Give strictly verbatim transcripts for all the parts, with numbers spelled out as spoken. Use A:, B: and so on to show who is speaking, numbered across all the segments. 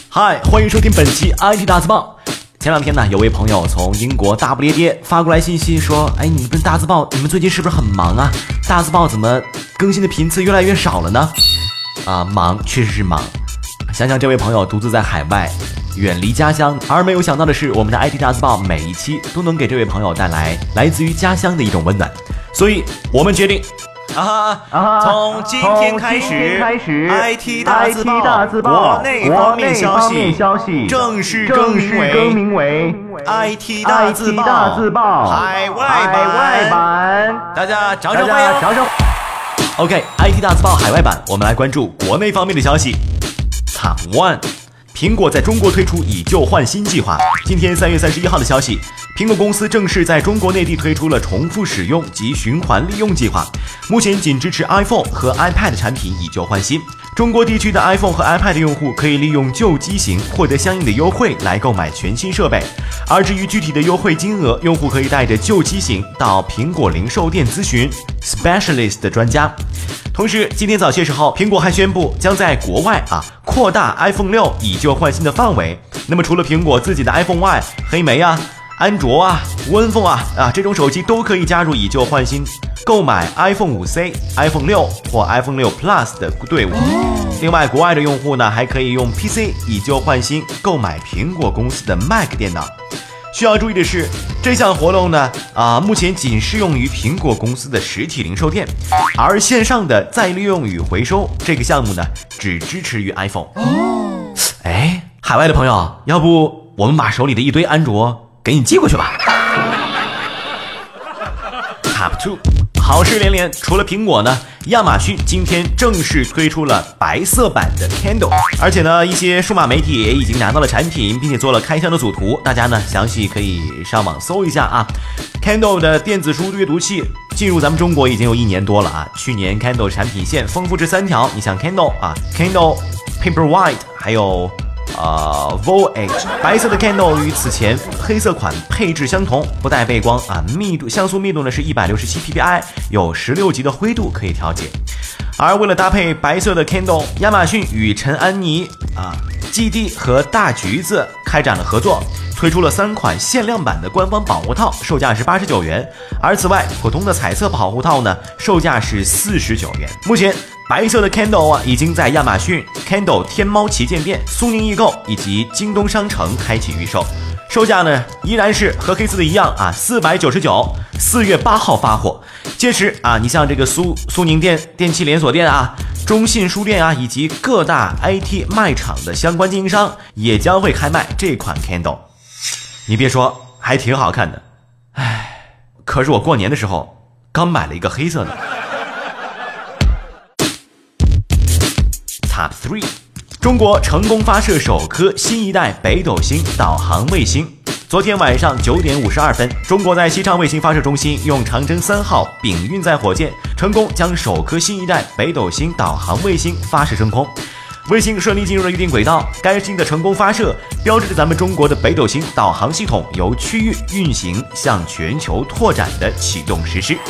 A: 嗨，欢迎收听本期 I T 大字报。前两天呢，有位朋友从英国大不列颠发过来信息说，哎，你们大字报，你们最近是不是很忙啊？大字报怎么更新的频次越来越少了呢？啊，忙确实是忙。想想这位朋友独自在海外，远离家乡，而没有想到的是，我们的 I T 大字报每一期都能给这位朋友带来来自于家乡的一种温暖。所以我们决定啊哈！从今天开始 ，I T 大字报国内方面消息正式更名为 I T 大字报海外版。大家掌声欢迎！掌声。OK，I T 大字报海外版，我们来关注国内方面的消息。Top One， 苹果在中国推出以旧换新计划。今天三月三十一号的消息，苹果公司正式在中国内地推出了重复使用及循环利用计划，目前仅支持 iPhone 和 iPad 产品以旧换新。中国地区的 iPhone 和 iPad 用户可以利用旧机型获得相应的优惠来购买全新设备，而至于具体的优惠金额，用户可以带着旧机型到苹果零售店咨询 Specialist 的专家。同时，今天早些时候，苹果还宣布将在国外啊扩大 iPhone 六以旧换新的范围。那么，除了苹果自己的 iPhone 外，黑莓啊、安卓啊、iPhone 啊啊这种手机都可以加入以旧换新，购买 iPhone 五 C、iPhone 六或 iPhone 六 Plus 的队伍。另外，国外的用户呢还可以用 P C 以旧换新购买苹果公司的 Mac 电脑。需要注意的是，这项活动呢，啊，目前仅适用于苹果公司的实体零售店，而线上的再利用与回收这个项目呢，只支持于 iPhone。哎，海外的朋友，要不我们把手里的一堆安卓给你寄过去吧。Top Two， 好事连连，除了苹果呢，亚马逊今天正式推出了白色版的 Kindle， 而且呢，一些数码媒体也已经拿到了产品，并且做了开箱的组图，大家呢详细可以上网搜一下啊。Kindle 的电子书阅读器进入咱们中国已经有一年多了啊，去年 Kindle 产品线丰富至三条，你像 Kindle 啊 ，Kindle、Paperwhite， 还有。呃 Voyage 白色的 Kindle 与此前黑色款配置相同，不带背光啊，密度像素密度呢是一百六十七 P P I， 有十六级的灰度可以调节。而为了搭配白色的 Kindle， 亚马逊与陈安妮啊、G D 和大橘子开展了合作，推出了三款限量版的官方保护套，售价是八十九元。而此外，普通的彩色保护套呢，售价是四十九元。目前白色的 Kindle 啊，已经在亚马逊、Kindle 天猫旗舰店、苏宁易购以及京东商城开启预售，售价呢依然是和黑色的一样啊，四百九十九，四月八号发货。届时啊，你像这个苏苏宁电电器连锁店啊、中信书店啊，以及各大 I T 卖场的相关经营商也将会开卖这款 Kindle。你别说，还挺好看的。唉，可是我过年的时候刚买了一个黑色的。Top Three， 中国成功发射首颗新一代北斗星导航卫星。昨天晚上九点五十二分，中国在西昌卫星发射中心用长征三号丙运载火箭成功将首颗新一代北斗星导航卫星发射升空。卫星顺利进入了预定轨道，该星的成功发射标志着咱们中国的北斗星导航系统由区域运行向全球拓展的启动实施。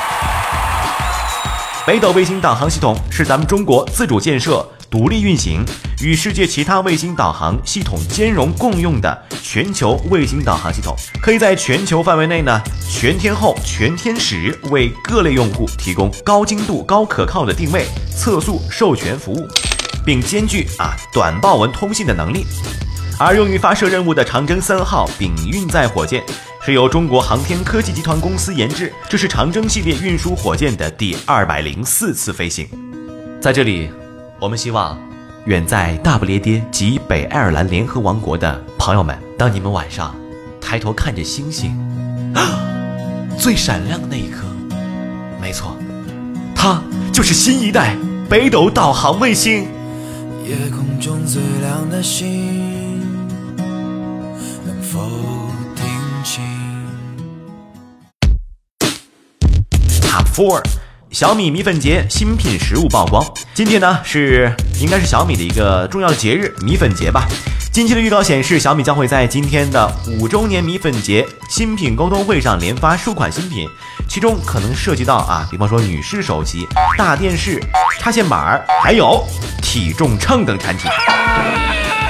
A: 北斗卫星导航系统是咱们中国自主建设、独立运行，与世界其他卫星导航系统兼容共用的全球卫星导航系统，可以在全球范围内呢全天候、全天时为各类用户提供高精度、高可靠的定位、测速、授权服务，并兼具啊短报文通信的能力。而用于发射任务的长征三号丙运载火箭是由中国航天科技集团公司研制，这是长征系列运输火箭的第二百零四次飞行。在这里，我们希望远在大不列颠及北爱尔兰联合王国的朋友们，当你们晚上抬头看着星星，啊，最闪亮的那一颗，没错，它就是新一代北斗导航卫星。
B: 夜空中最亮的星，能否听清？
A: Top Four， 小米米粉节新品实物曝光。今天呢是应该是小米的一个重要的节日米粉节吧。近期的预告显示，小米将会在今天的五周年米粉节新品沟通会上连发数款新品，其中可能涉及到啊，比方说女士手机、大电视、插线板，还有体重秤等产品。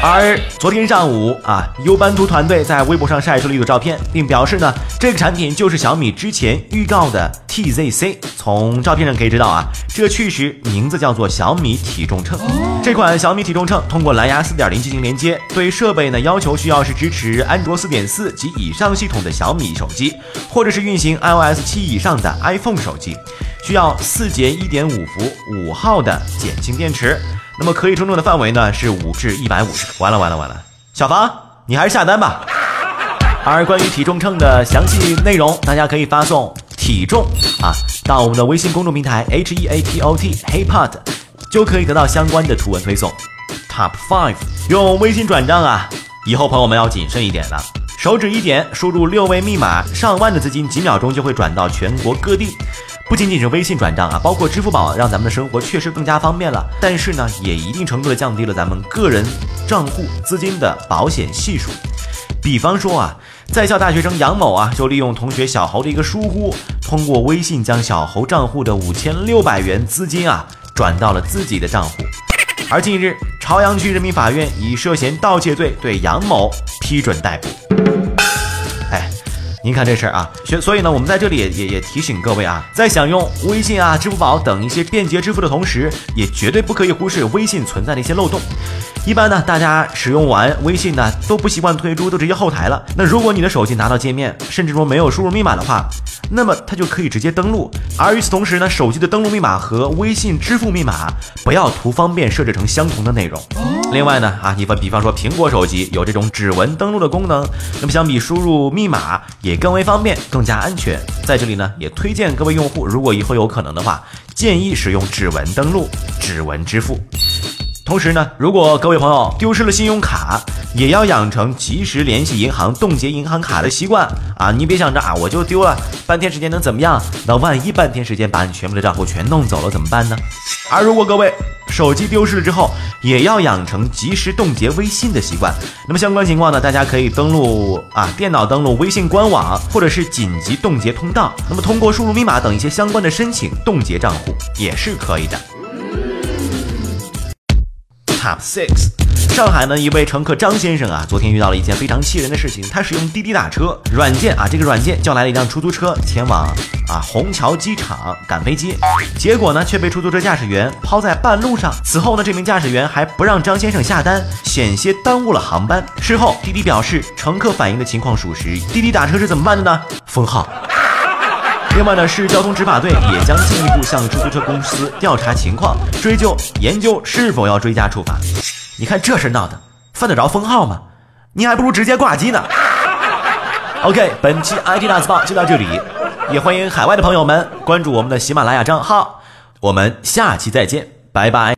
A: 而昨天上午啊，优班图团队在微博上晒出了一组照片，并表示呢，这个产品就是小米之前预告的 T Z C。从照片上可以知道啊，这确实名字叫做小米体重秤。这款小米体重秤通过蓝牙 四点零 进行连接，对设备呢要求需要是支持安卓 四点四 及以上系统的小米手机，或者是运行 iOS 七以上的 iPhone 手机，需要四节 一点五伏五号的碱性电池。那么可以承重的范围呢是五至一百五十。完了完了完了，小房你还是下单吧。而关于体重秤的详细内容，大家可以发送体重啊到我们的微信公众平台 H E A P O T HeyPod， 就可以得到相关的图文推送。Top 五 用微信转账啊，以后朋友们要谨慎一点了。手指一点，输入六位密码，上万的资金几秒钟就会转到全国各地。不仅仅是微信转账啊，包括支付宝让咱们的生活确实更加方便了，但是呢，也一定程度的降低了咱们个人账户资金的保险系数。比方说啊，在校大学生杨某啊，就利用同学小侯的一个疏忽，通过微信将小侯账户的五千六百元资金啊转到了自己的账户。而近日，朝阳区人民法院以涉嫌盗窃罪对杨某批准逮捕。哎，您看这事儿啊，所以呢，我们在这里也也也提醒各位啊，在享用微信啊、支付宝等一些便捷支付的同时，也绝对不可以忽视微信存在的一些漏洞。一般呢，大家使用完微信呢都不习惯退出，都直接后台了。那如果你的手机拿到界面，甚至说没有输入密码的话，那么它就可以直接登录。而与此同时呢，手机的登录密码和微信支付密码不要图方便设置成相同的内容。另外呢，啊，你比方说苹果手机有这种指纹登录的功能，那么相比输入密码也更为方便，更加安全。在这里呢，也推荐各位用户，如果以后有可能的话，建议使用指纹登录、指纹支付。同时呢，如果各位朋友丢失了信用卡，也要养成及时联系银行冻结银行卡的习惯啊！你别想着啊，我就丢了半天时间能怎么样？那万一半天时间把你全部的账户全弄走了怎么办呢？而如果各位手机丢失了之后，也要养成及时冻结微信的习惯。那么相关情况呢，大家可以登录啊，电脑登录微信官网，或者是紧急冻结通道。那么通过输入密码等一些相关的申请冻结账户也是可以的。Top 六， 上海呢一位乘客张先生啊，昨天遇到了一件非常气人的事情。他使用滴滴打车软件啊，这个软件叫来了一辆出租车前往啊虹桥机场赶飞机，结果呢却被出租车驾驶员抛在半路上。此后呢，这名驾驶员还不让张先生下单，险些耽误了航班。事后滴滴表示，乘客反映的情况属实，滴滴打车是怎么办的呢？封号。另外呢，市交通执法队也将进一步向出租车公司调查情况，追究研究是否要追加处罚。你看这事闹的，犯得着封号吗？你还不如直接挂机呢。OK， 本期 I T 大字报就到这里，也欢迎海外的朋友们关注我们的喜马拉雅账号，我们下期再见，拜拜。